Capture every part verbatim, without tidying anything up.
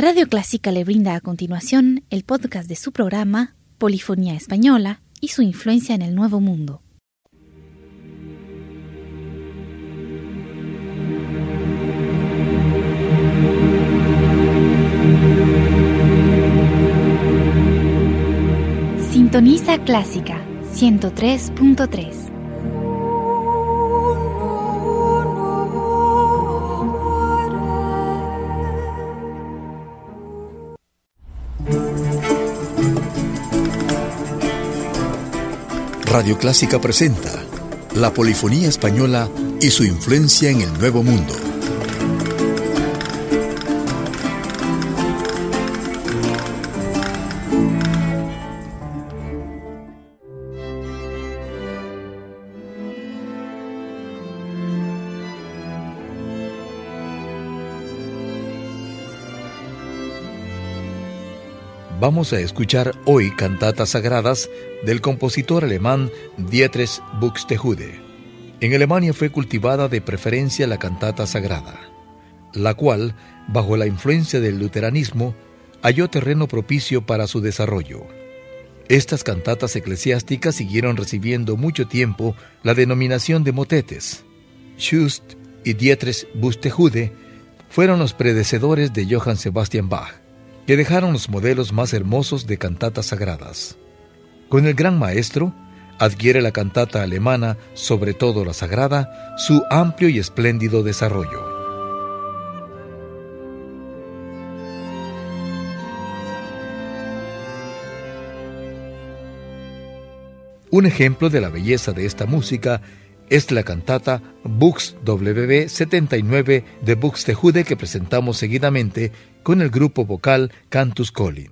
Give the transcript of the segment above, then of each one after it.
Radio Clásica le brinda a continuación el podcast de su programa Polifonía Española y su influencia en el Nuevo Mundo. Sintoniza Clásica ciento tres punto tres. Radio Clásica presenta la polifonía española y su influencia en el Nuevo Mundo. Vamos a escuchar hoy cantatas sagradas del compositor alemán Dietrich Buxtehude. En Alemania fue cultivada de preferencia la cantata sagrada, la cual, bajo la influencia del luteranismo, halló terreno propicio para su desarrollo. Estas cantatas eclesiásticas siguieron recibiendo mucho tiempo la denominación de motetes. Schuss y Dietrich Buxtehude fueron los predecesores de Johann Sebastian Bach, que dejaron los modelos más hermosos de cantatas sagradas. Con el gran maestro, adquiere la cantata alemana, sobre todo la sagrada, su amplio y espléndido desarrollo. Un ejemplo de la belleza de esta música es la cantata Bux W B setenta y nueve de Buxtehude que presentamos seguidamente con el grupo vocal Cantus Colli.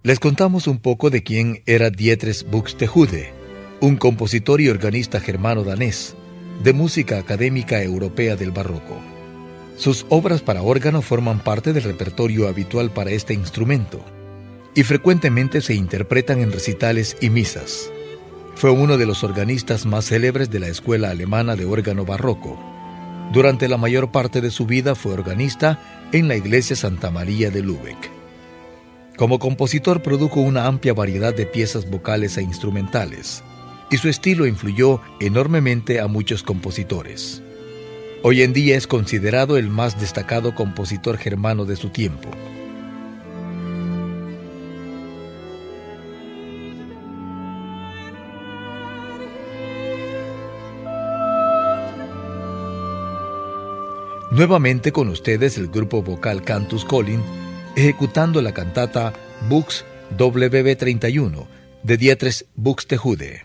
Les contamos un poco de quién era Dietrich Buxtehude, un compositor y organista germano-danés, de música académica europea del barroco. Sus obras para órgano forman parte del repertorio habitual para este instrumento y frecuentemente se interpretan en recitales y misas. Fue uno de los organistas más célebres de la escuela alemana de órgano barroco. Durante la mayor parte de su vida fue organista en la iglesia Santa María de Lübeck. Como compositor produjo una amplia variedad de piezas vocales e instrumentales, y su estilo influyó enormemente a muchos compositores. Hoy en día es considerado el más destacado compositor germano de su tiempo. Nuevamente con ustedes el grupo vocal Cantus Colin, ejecutando la cantata Bux W B treinta y uno de Dietrich Buxtehude.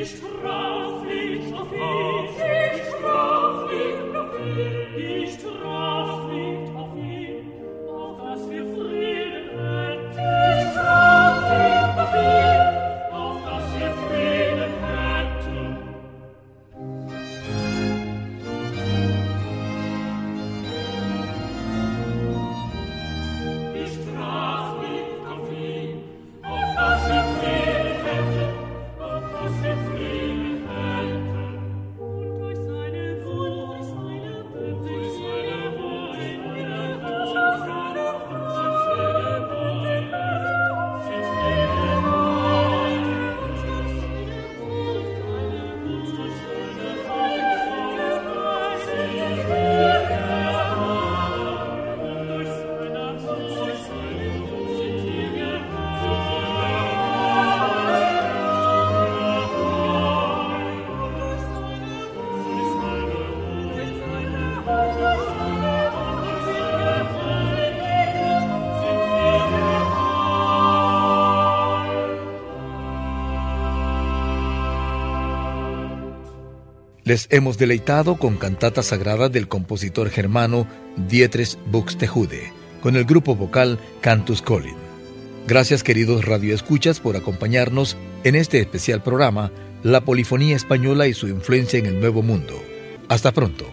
Les hemos deleitado con cantatas sagradas del compositor germano Dietrich Buxtehude, con el grupo vocal Cantus Colin. Gracias, queridos radioescuchas, por acompañarnos en este especial programa, La Polifonía Española y su influencia en el Nuevo Mundo. Hasta pronto.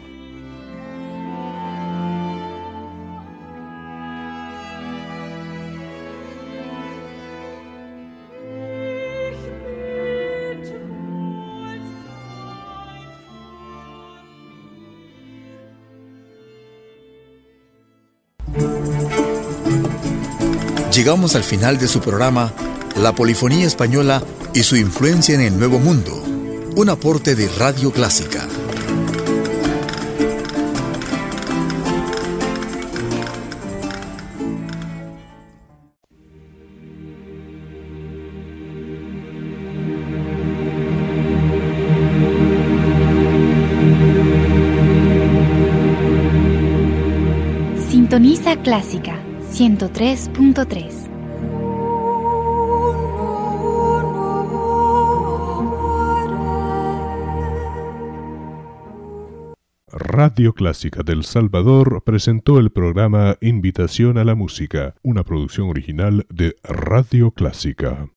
Llegamos al final de su programa, La Polifonía Española y su influencia en el Nuevo Mundo, un aporte de Radio Clásica. Sintoniza Clásica ciento tres punto tres. Radio Clásica del Salvador presentó el programa Invitación a la Música, una producción original de Radio Clásica.